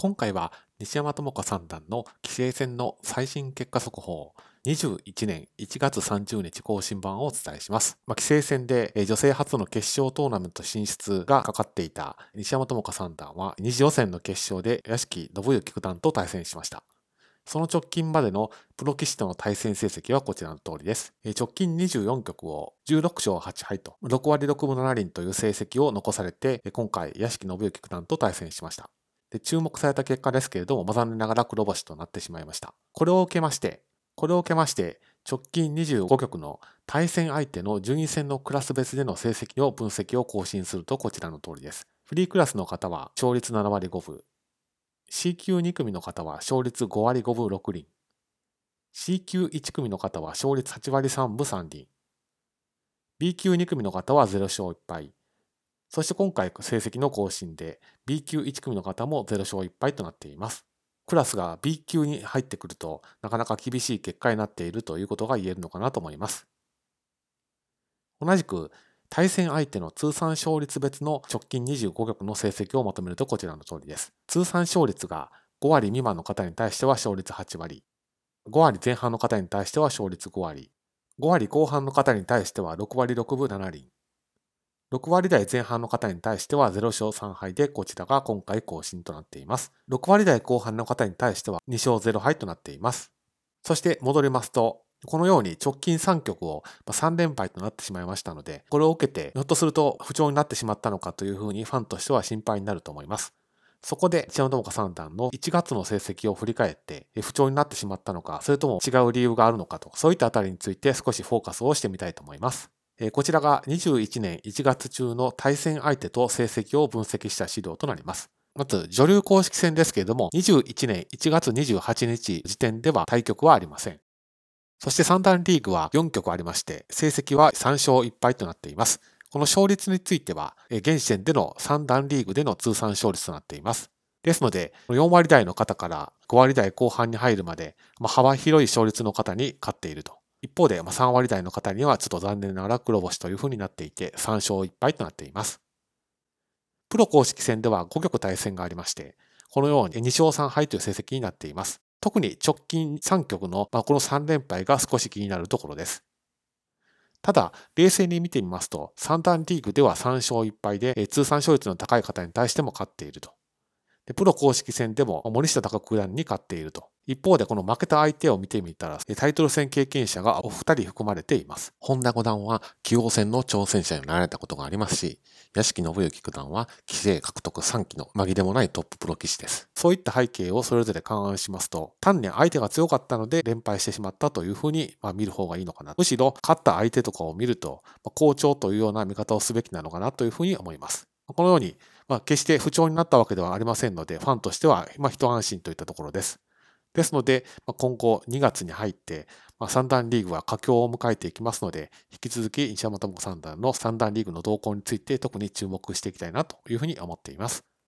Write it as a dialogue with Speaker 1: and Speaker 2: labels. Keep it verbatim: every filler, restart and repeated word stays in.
Speaker 1: 今回は西山智子三段の棋聖戦の最新結果速報、にじゅういちねんいちがつさんじゅうにち更新版をお伝えします。まあ、棋聖戦で女性初の決勝トーナメント進出がかかっていた西山智子三段は二次予選の決勝で屋敷信之九段と対戦しました。その直近までのプロ棋士との対戦成績はこちらの通りです。直近にじゅうよんきょくをじゅうろくしょうはちはいとろくわりろくぶななりんという成績を残されて、今回屋敷信之九段と対戦しました。で注目された結果ですけれども、残念ながら黒星となってしまいました。これを受けまして、これを受けまして、直近にじゅうごきょくの対戦相手の順位戦のクラス別での成績の分析を更新するとこちらの通りです。フリークラスの方は勝率ななわりごぶ、C 級にくみの方は勝率ごわりごぶろくりん、C 級いちくみの方は勝率はちわりさんぶさんりん、B 級にくみの方はゼロしょういっぱい、そして今回成績の更新で B 級いちくみの方もゼロしょういっぱいとなっています。クラスが B 級に入ってくるとなかなか厳しい結果になっているということが言えるのかなと思います。同じく対戦相手の通算勝率別の直近にじゅうごきょくの成績をまとめるとこちらの通りです。通算勝率がごわりみまんの方に対しては勝率はちわり、ごわりぜん半の方に対しては勝率ごわり、ごわりこう半の方に対してはろくわりろくぶななりん、ろくわりだいぜん半の方に対してはゼロしょうさんはいでこちらが今回更新となっています。ろくわりだいこう半の方に対してはにしょうゼロはいとなっています。そして戻りますと、このように直近さんきょくをさんれんぱいとなってしまいましたので、これを受けてひょっとすると不調になってしまったのかというふうにファンとしては心配になると思います。そこで西山智子三段のいちがつの成績を振り返って不調になってしまったのか、それとも違う理由があるのかと、そういったあたりについて少しフォーカスをしてみたいと思います。こちらがにじゅういちねんいちがつちゅうの対戦相手と成績を分析した資料となります。まず女流公式戦ですけれども、にじゅういちねんいちがつにじゅうはちにち時点では対局はありません。そして三段リーグはよんきょくありまして、成績はさんしょういっぱいとなっています。この勝率については、現時点での三段リーグでの通算勝率となっています。ですので、よんわりだいの方からごわりだいこう半に入るまで、まあ、幅広い勝率の方に勝っていると。一方で、まあ、さんわりだいの方にはちょっと残念ながら黒星というふうになっていて、さんしょういっぱいとなっています。プロ公式戦ではごきょく対戦がありまして、このようににしょうさんはいという成績になっています。特に直近さんきょくの、まあ、このさんれんぱいが少し気になるところです。ただ、冷静に見てみますと、三段リーグではさんしょういっぱいで、通算勝率の高い方に対しても勝っていると。でプロ公式戦でも森下貴九段に勝っていると。一方でこの負けた相手を見てみたら、タイトル戦経験者がお二人含まれています。本田五段は棋王戦の挑戦者になられたことがありますし、屋敷信之九段は棋聖獲得さんきの紛れもないトッププロ棋士です。そういった背景をそれぞれ勘案しますと、単に相手が強かったので連敗してしまったというふうに、まあ、見る方がいいのかな。むしろ勝った相手とかを見ると、まあ、好調というような見方をすべきなのかなというふうに思います。このように、まあ、決して不調になったわけではありませんので、ファンとしては、まあ、一安心といったところです。ですので、まあ、今後にがつに入って、まあ、三段リーグは佳境を迎えていきますので、引き続き西山智子三段の三段リーグの動向について特に注目していきたいなというふうに思っています。